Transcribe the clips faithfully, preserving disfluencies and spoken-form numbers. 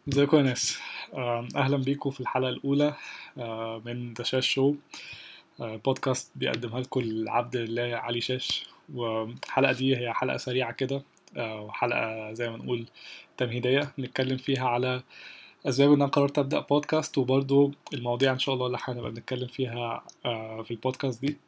ازيكم يا ناس. آم، اهلا بيكم في الحلقه الاولى آه، من ذا شاش شو. آه، بودكاست بيقدمها لكم العبد لله علي شاش. والحلقه دي هي حلقه سريعه كده، آه، وحلقه زي ما نقول تمهيديه نتكلم فيها على اسباب ان انا قررت ابدا بودكاست، وبرضو المواضيع ان شاء الله اللي هنبقى بنتكلم فيها آه، في البودكاست دي.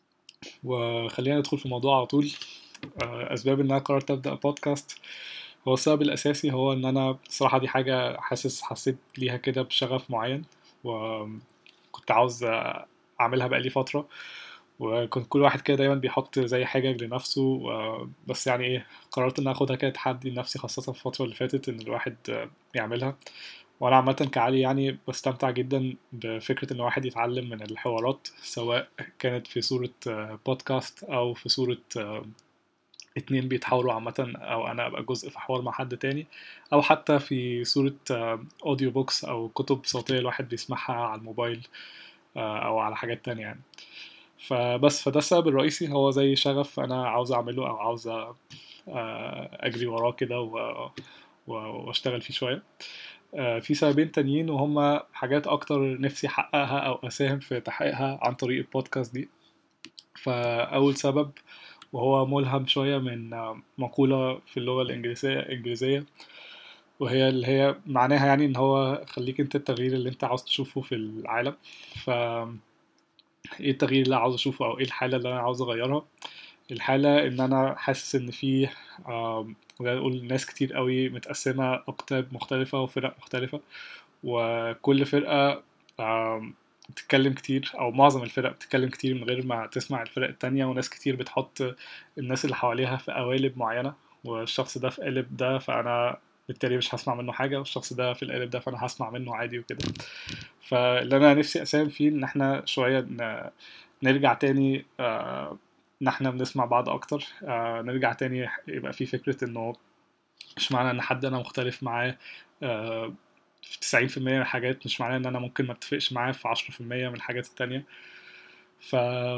وخلينا ندخل في الموضوع على طول. آه، اسباب ان انا قررت ابدا بودكاست، هو السبب الاساسي هو ان انا صراحه دي حاجه حاسس حسيت ليها كده بشغف معين، وكنت عاوز اعملها بقالي فتره. وكنت كل واحد كده دايما بيحط زي حاجه لنفسه، و- بس يعني ايه، قررت ان اخدها كده تحدي لنفسي، خاصه في الفتره اللي فاتت ان الواحد آه، يعملها. وانا عامه كعلي يعني بستمتع جدا بفكره ان الواحد يتعلم من الحوارات، سواء كانت في صوره آه، بودكاست او في صوره آه، اتنين بيتحاوروا عامة، أو أنا أبقى جزء في حوار مع حد تاني، أو حتى في صورة أوديو بوكس أو كتب صوتية الواحد بيسمعها على الموبايل، آه، أو على حاجات تانية يعني. فبس فده السبب الرئيسي، هو زي شغف أنا عاوز أعمله أو عاوز آه، أجري وراه كده و- و- وأشتغل فيه شوية. آه، في سببين تانيين وهما حاجات أكتر نفسي أحققها أو أساهم في تحقيقها عن طريق البودكاست دي. فأول سبب، وهو ملهم شوية من آه، مقولة في اللغة الإنجليزية الإنجليزية، وهي اللي هي معناها يعني إن هو خليك أنت التغيير اللي أنت عاوز تشوفه في العالم. فإيه التغيير اللي عاوز أشوفه أو إيه الحالة اللي أنا عاوز أغيرها؟ الحالة إن أنا حاسس إن في آم، زي ما نقول ناس كتير قوي متقسمة أقطاب مختلفة وفرق مختلفة، وكل فرقة آم، بتتكلم كتير، أو معظم الفرق بتتكلم كتير من غير ما تسمع الفرق التانية. وناس كتير بتحط الناس اللي حواليها في قوالب معينة، والشخص ده في قالب ده فأنا بالتالي مش هسمع منه حاجة، والشخص ده في القالب ده فأنا هسمع منه عادي وكده. فاللي أنا نفسي أساهم فيه إن احنا شوية ن- نرجع تاني، آه، إن احنا بنسمع بعض أكتر. آه، نرجع تاني يبقى في فكرة إنه مش معنى ان حد انا مختلف معاه آه، في تسعين في المية من الحاجات، مش معناه ان انا ممكن ما اتفقش معاه في عشرة في المية من الحاجات التانية. ف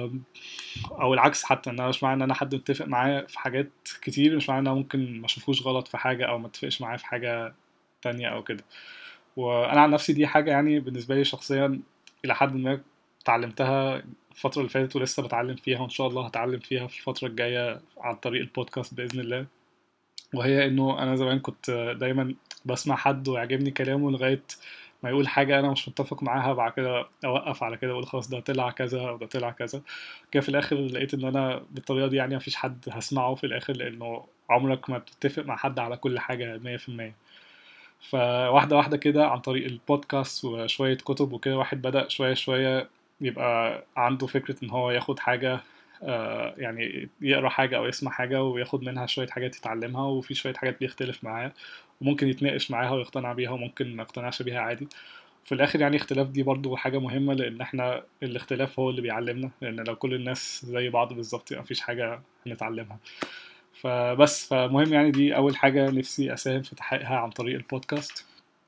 او العكس، حتى ان انا مش معناه ان انا حد متفق معاه في حاجات كتير مش معناه ان انا ممكن ما اشوفوش غلط في حاجة او ما اتفقش معاه في حاجة تانية او كده. وانا عن نفسي دي حاجة يعني بالنسبة لي شخصيا الى حد ما اتعلمتها الفترة اللي فاتت، ولسه بتعلم فيها، وان شاء الله هتعلم فيها في الفترة الجاية عن طريق البودكاست بإذن الله. وهي انه انا زمان كنت دايما بسمع حد ويعجبني كلامه لغايه ما يقول حاجه انا مش متفق معاها، بعد كده اوقف على كده اقول خلاص ده طلع كذا او ده طلع كذا. كده في الاخر لقيت ان انا بالطريقه دي يعني مفيش حد هسمعه في الاخر، لانه عمرك ما بتتفق مع حد على كل حاجه مية في المية. فواحده واحده كده عن طريق البودكاست وشويه كتب وكده، واحد بدأ شويه شويه يبقى عنده فكره ان هو ياخد حاجه، آه، يعني يقرا حاجة أو يسمع حاجة وياخد منها شوية حاجات يتعلمها، وفي شوية حاجات بيختلف معاها وممكن يتناقش معاها ويقتنع بيها وممكن ما يقتنعش بيها عادي. في الآخر يعني اختلاف دي برضو حاجة مهمة، لأن احنا الاختلاف هو اللي بيعلمنا، لأن لو كل الناس زي بعض بالظبط يبقى مفيش حاجة هنتعلمها. فبس فمهم يعني دي أول حاجة نفسي أساهم في تحقيقها عن طريق البودكاست.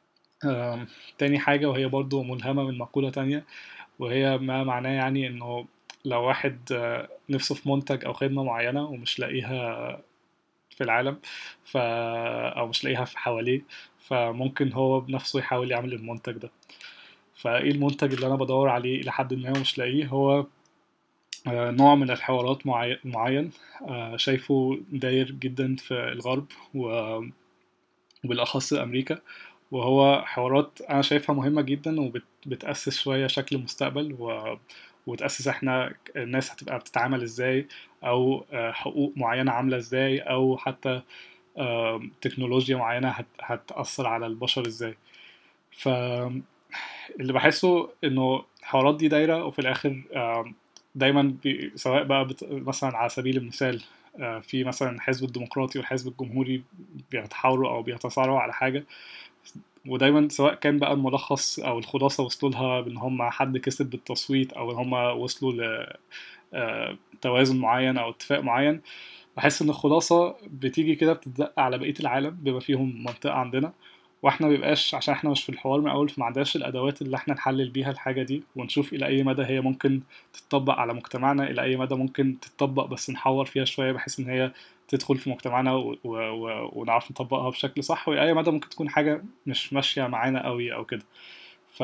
آم، تاني حاجة وهي برضو ملهمة من مقولة تانية، وهي ما معناه يعني انه لو واحد آه، نفسه في منتج او خدمة معينة ومش لاقيها في العالم، ف او مش لاقيها في حواليه، فممكن هو بنفسه يحاول يعمل المنتج ده. فايه المنتج اللي انا بدور عليه الى حد ما ومش لاقيه؟ هو آه، نوع من الحوارات معي- معين، آه، شايفه داير جدا في الغرب و- وبالاخص امريكا. وهو حوارات انا شايفها مهمة جدا وبتأسس شوية شكل المستقبل، و... وتأسس احنا الناس هتبقى بتتعامل ازاي، او آه، حقوق معينة عاملة ازاي، او حتى آه، تكنولوجيا معينة هت... هتأثر على البشر ازاي. فاللي بحسه انه الحوارات دي دايرة، وفي الاخر آه، دايما بي... سواء بقى بت... مثلا على سبيل المثال، آه، في مثلا الحزب الديمقراطي والحزب الجمهوري بيتحاوروا او بيتصارعوا على حاجة، ودايما سواء كان بقى الملخص او الخلاصه وصلوا لها بان هم حد كسب بالتصويت او ان هم وصلوا لتوازن معين او اتفاق معين، بحس ان الخلاصه بتيجي كده بتتدق على بقيه العالم بما فيهم منطقه عندنا، واحنا مبيبقاش عشان احنا مش في الحوار من الاول، فما عندناش الادوات اللي احنا نحلل بيها الحاجه دي ونشوف الى اي مدى هي ممكن تتطبق على مجتمعنا، الى اي مدى ممكن تتطبق بس نحور فيها شويه بحيث ان هي تدخل في مجتمعنا و... و... و... ونعرف نطبقها بشكل صح، وأي مدى ممكن تكون حاجة مش ماشية معانا قوي أو كده. ف...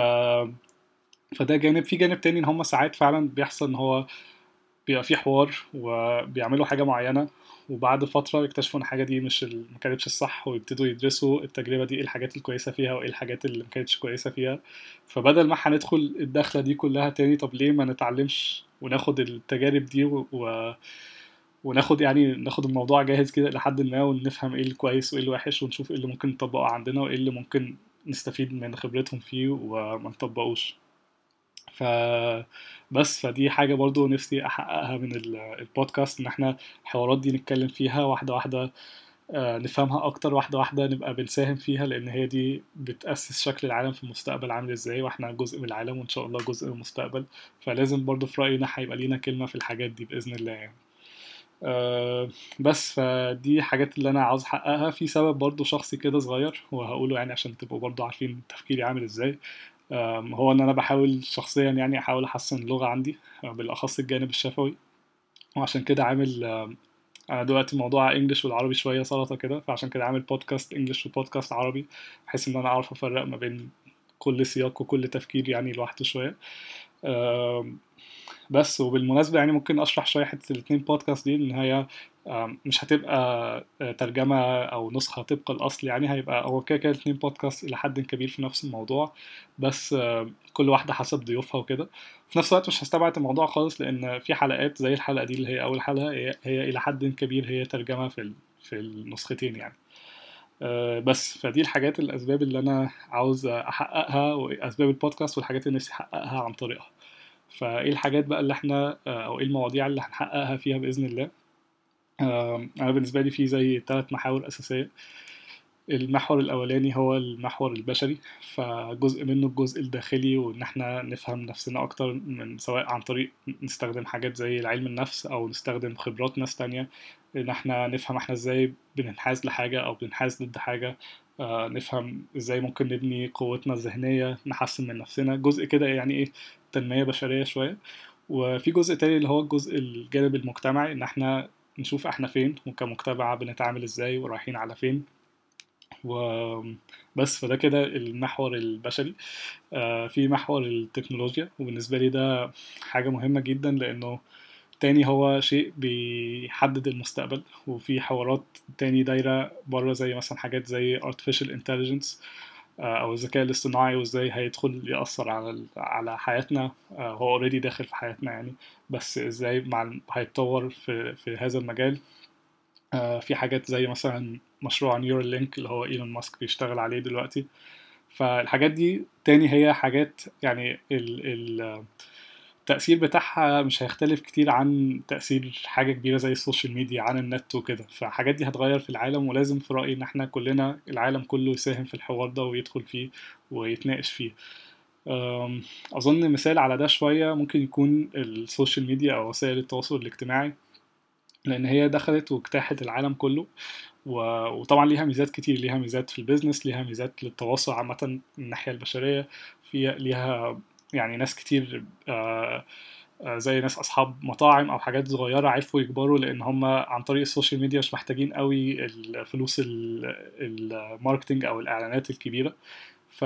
فده جانب. في جانب تاني ان هم ساعات فعلا بيحصل ان هو بيبقى في حوار وبيعملوا حاجة معينة، وبعد فترة يكتشفوا ان الحاجة دي مش ال... ما كانتش الصح، ويبتدوا يدرسوا التجربة دي ايه الحاجات الكويسة فيها وايه الحاجات اللي ما كانتش كويسة فيها. فبدل ما هندخل الدخلة دي كلها تاني، طب ليه ما نتعلمش وناخد التجارب دي و... و... وناخد يعني ناخد الموضوع جاهز كده لحد ما، ونفهم ايه الكويس وايه الوحش، ونشوف ايه اللي ممكن نطبقه عندنا وايه اللي ممكن نستفيد من خبرتهم فيه وما نطبقوش. ف بس فدي حاجة برضو نفسي أحققها من ال- البودكاست، إن احنا الحوارات دي نتكلم فيها واحدة واحدة، آه، نفهمها أكتر واحدة واحدة، نبقى بنساهم فيها، لأن هي دي بتأسس شكل العالم في المستقبل عامل إزاي، وإحنا جزء من العالم وإن شاء الله جزء من المستقبل. فلازم برضو في رأينا هيبقى لينا كلمة في الحاجات دي بإذن الله يعني. أه بس فدي حاجات اللي أنا عاوز أحققها. في سبب برضو شخصي كده صغير وهقوله يعني عشان تبقوا برضو عارفين تفكيري عامل إزاي. أم، هو ان انا بحاول شخصيا يعني احاول احسن اللغه عندي، أه، بالاخص الجانب الشفوي. وعشان كده عامل أم، انا دلوقتي موضوع انجلش والعربي شويه سلطه كده، فعشان كده عامل بودكاست انجلش وبودكاست عربي، بحيث ان انا اعرف افرق ما بين كل سياق وكل تفكير يعني لوحده شويه. أم، بس وبالمناسبة يعني ممكن أشرح شوية حتة الاتنين بودكاست دي، إن هي آم، مش هتبقى آه، ترجمة أو نسخة طبق الأصل، يعني هيبقى هو كده كده الاتنين بودكاست إلى حد كبير في نفس الموضوع، بس آم، كل واحدة حسب ضيوفها وكده. في نفس الوقت مش هستبعد الموضوع خالص، لأن في حلقات زي الحلقة دي اللي هي أول حلقة هي, هي إلى حد كبير هي ترجمة في ال- في النسختين يعني. آه، بس فدي الحاجات الأسباب اللي أنا عاوز أحققها، وأسباب البودكاست والحاجات اللي نفسي أحققها عن طريقها. فايه الحاجات بقى اللي احنا آه، او ايه المواضيع اللي هنحققها فيها باذن الله. آم، انا بالنسبه لي في زي ثلاث محاور اساسيه. المحور الاولاني هو المحور البشري، فجزء منه الجزء الداخلي، وان احنا نفهم نفسنا اكتر، من سواء عن طريق نستخدم حاجات زي علم النفس او نستخدم خبرات ناس تانية، ان احنا نفهم احنا ازاي بننحاز لحاجة او بننحاز ضد حاجة. آه، نفهم ازاي ممكن نبني قوتنا الذهنية، نحسن من نفسنا، جزء كده يعني ايه، تنمية بشرية شوية. وفي جزء تاني اللي هو الجزء الجانب المجتمعي، ان احنا نشوف احنا فين وكمجتمع بنتعامل ازاي ورايحين على فين. وبس فده كده المحور البشري. آه، في محور التكنولوجيا، وبالنسبة لي ده حاجة مهمة جدا، لأنه تاني هو شيء بيحدد المستقبل. وفي حوارات تاني دايرة بره، زي مثلا حاجات زي artificial intelligence، آه، أو الذكاء الاصطناعي، وإزاي هيدخل يأثر على ال- على حياتنا. آه، هو already داخل في حياتنا يعني، بس إزاي مع ال- هيتطور في في هذا المجال. آه، في حاجات زي مثلا مشروع نيورال لينك اللي هو ايلون ماسك بيشتغل عليه دلوقتي. فالحاجات دي تاني هي حاجات يعني ال- ال- التأثير بتاعها مش هيختلف كتير عن تأثير حاجة كبيرة زي السوشيال ميديا، عن النت وكده. فالحاجات دي هتغير في العالم، ولازم في رأيي إن احنا كلنا العالم كله يساهم في الحوار ده ويدخل فيه ويتناقش فيه. أم، أظن مثال على ده شوية ممكن يكون السوشيال ميديا أو وسائل التواصل الاجتماعي، لأن هي دخلت واجتاحت العالم كله. و- وطبعا ليها ميزات كتير، ليها ميزات في البيزنس، ليها ميزات للتواصل عامة من الناحية البشرية. فيها ليها يعني ناس كتير، آه، آه، زي ناس أصحاب مطاعم أو حاجات صغيرة عرفوا يكبروا، لأن هم عن طريق السوشيال ميديا مش محتاجين قوي الفلوس ال- الماركتينج أو الإعلانات الكبيرة. ف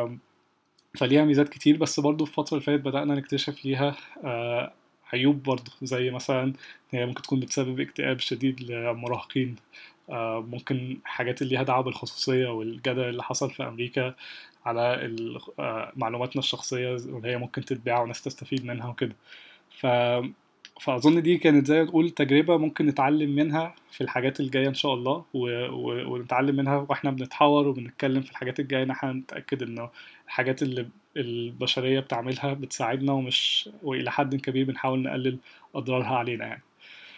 فليها ميزات كتير، بس برضو في الفترة اللي فاتت بدأنا نكتشف ليها آه، عيوب برضو، زي مثلا إن هي ممكن تكون بتسبب اكتئاب شديد للمراهقين. آه، ممكن حاجات اللي ليها دعوة بالخصوصية والجدل اللي حصل في أمريكا على ال- آه، معلوماتنا الشخصية، واللي هي ممكن تتباع وناس تستفيد منها وكده. ف... فأظن دي كانت زي ما تقول تجربة ممكن نتعلم منها في الحاجات الجاية إن شاء الله، و... و... ونتعلم منها وإحنا بنتحاور وبنتكلم في الحاجات الجاية، إن إحنا نتأكد إنه الحاجات اللي البشرية بتعملها بتساعدنا، ومش وإلى حد كبير بنحاول نقلل أضرارها علينا يعني.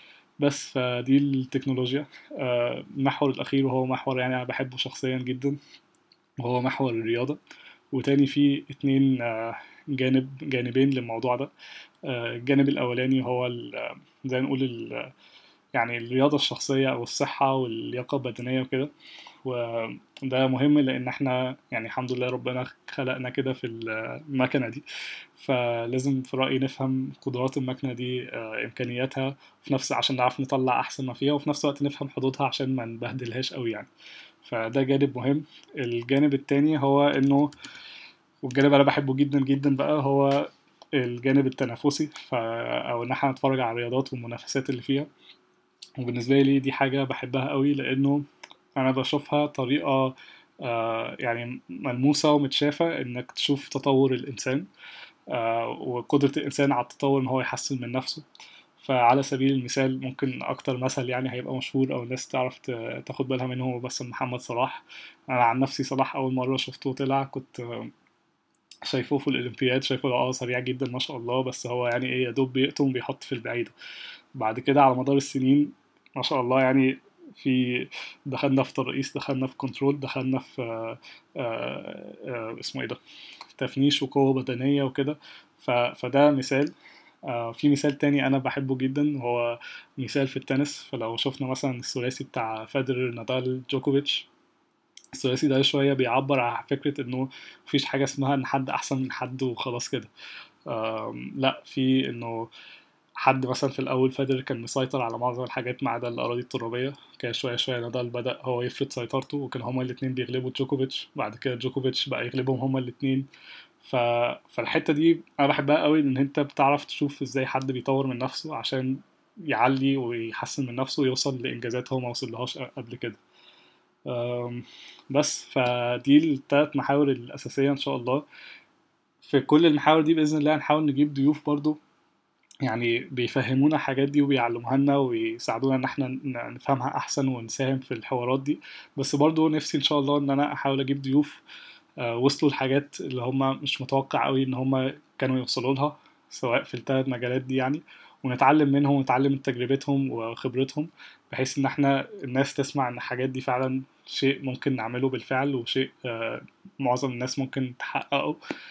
بس فدي التكنولوجيا. آه، المحور الأخير وهو محور يعني أنا بحبه شخصيا جدا، وهو محور الرياضة. وتاني فيه اتنين آه، جانب جانبين للموضوع ده. آه، الجانب الأولاني هو ال- زي ما نقول ال- يعني الرياضة الشخصية أو الصحة واللياقة البدنية وكده. وده مهم لأن احنا يعني الحمد لله ربنا خلقنا كده في المكنة دي، فلازم في رأيي نفهم قدرات المكنة دي، آه، إمكانياتها، في نفس عشان نعرف نطلع أحسن ما فيها، وفي نفس الوقت نفهم حدودها عشان ما نبهدلهاش قوي يعني. فده جانب مهم. الجانب التاني هو إنه، والجانب أنا بحبه جدا جدا بقى، هو الجانب التنافسي، ف... أو إن احنا نتفرج على الرياضات والمنافسات اللي فيها. وبالنسبة لي دي حاجة بحبها قوي، لأنه أنا بشوفها طريقة آه، يعني ملموسة ومتشافة إنك تشوف تطور الإنسان، آه، وقدرة الإنسان على التطور إن هو يحسن من نفسه. فعلى سبيل المثال، ممكن أكتر مثل يعني هيبقى مشهور أو الناس تعرف ت- تاخد بالها منه، هو بس محمد صلاح. أنا عن نفسي صلاح أول مرة شفته طلع كنت آه، شايفه في الأولمبياد، شايفه اه سريع جدا ما شاء الله، بس هو يعني إيه، يا دوب بيقطم بيحط في البعيدة. بعد كده على مدار السنين ما شاء الله يعني، في دخلنا في ترقيص، دخلنا في كنترول، دخلنا في آه، آه، آه، اسمه ايه ده، تفنيش وقوة بدنية وكده. ف- فده مثال. آه، في مثال تاني أنا بحبه جدا، وهو مثال في التنس. فلو شفنا مثلا الثلاثي بتاع فederer نادال جوكوفيتش، الثلاثي ده شوية بيعبر عن فكرة إنه مفيش حاجة اسمها إن حد أحسن من حد وخلاص كده. آم، لا، في إنه حد مثلا في الأول فederer كان مسيطر على معظم الحاجات ما عدا الأراضي الترابية. كان شوية شوية نادال بدأ هو يفرض سيطرته، وكان هما الاتنين بيغلبوا جوكوفيتش. بعد كده جوكوفيتش بقى يغلبهم هما الاتنين. ف... فالحتة دي أنا بحبها قوي، إن أنت بتعرف تشوف إزاي حد بيطور من نفسه عشان يعلي ويحسن من نفسه ويوصل لإنجازات هو ما وصلهاش قبل كده. أم، بس فدي التلات محاور الأساسية إن شاء الله. في كل المحاور دي بإذن الله هنحاول نجيب ضيوف برضو، يعني بيفهمونا الحاجات دي وبيعلموها لنا ويساعدونا ان احنا ن- نفهمها احسن ونساهم في الحوارات دي. بس برضو نفسي ان شاء الله ان انا احاول اجيب ضيوف آه، وصلوا الحاجات اللي هم مش متوقع قوي ان هم كانوا يوصلوا لها، سواء في الثلاث مجالات دي يعني، ونتعلم منهم ونتعلم من تجربتهم وخبرتهم، بحيث ان احنا الناس تسمع ان الحاجات دي فعلا شيء ممكن نعمله بالفعل، وشيء آه، معظم الناس ممكن تحققه.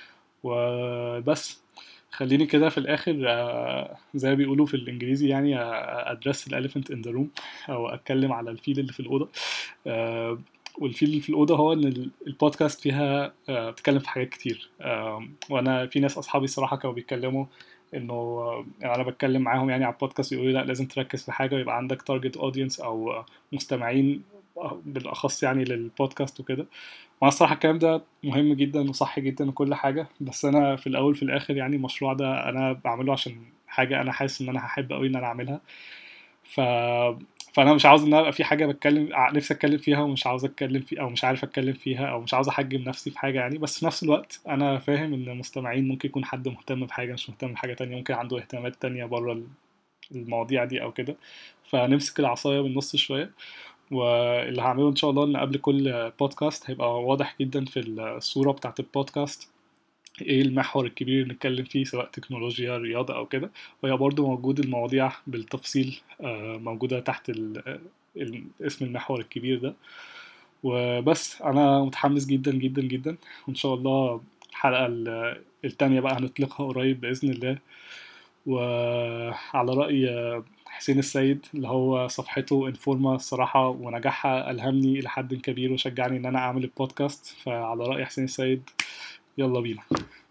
وبس. خليني كده في الآخر، آه، زي ما بيقولوا في الإنجليزي يعني، آه، address the elephant in the room، أو أتكلم على الفيل اللي في الأوضة. آه، والفيل اللي في الأوضة هو إن ال- البودكاست فيها آه، بتتكلم في حاجات كتير. آم، وأنا في ناس أصحابي الصراحة كانوا بيتكلموا إنه آه، أنا بتكلم معاهم يعني على البودكاست، يقولوا لي لا لازم تركز في حاجة ويبقى عندك تارجت أودينس أو آه، مستمعين آه، بالأخص يعني للبودكاست وكده. وانا الصراحه الكلام ده مهم جدا وصح جدا وكل حاجه، بس انا في الاول في الاخر يعني المشروع ده انا بعمله عشان حاجه انا حاسس ان انا هحب قوي ان انا اعملها. ف فانا مش عاوز ان أنا ابقى في حاجه بتكلم ع- نفسي اتكلم فيها ومش عاوز اتكلم فيها، او مش عارف اتكلم فيها، او مش عاوز احجم نفسي في حاجه يعني. بس في نفس الوقت انا فاهم ان المستمعين ممكن يكون حد مهتم بحاجه مش مهتم بحاجه تانية، ممكن عنده اهتمامات تانية بره المواضيع دي او كده. فنمسك العصايه من النص شويه. واللي هعمله ان شاء الله ان قبل كل بودكاست هيبقى واضح جدا في الصورة بتاعة البودكاست ايه المحور الكبير اللي نتكلم فيه، سواء تكنولوجيا رياضة او كده. وهي برضو موجود المواضيع بالتفصيل آه، موجودة تحت ال- ال- اسم المحور الكبير ده. وبس انا متحمس جدا جدا جدا، وان شاء الله الحلقة ال- التانية بقى هنطلقها قريب بإذن الله. وعلى رأي حسين السيد اللي هو صفحته انفورما الصراحة، ونجاحها ألهمني إلى حد كبير وشجعني إن أنا أعمل البودكاست. فعلى رأي حسين السيد، يلا بينا.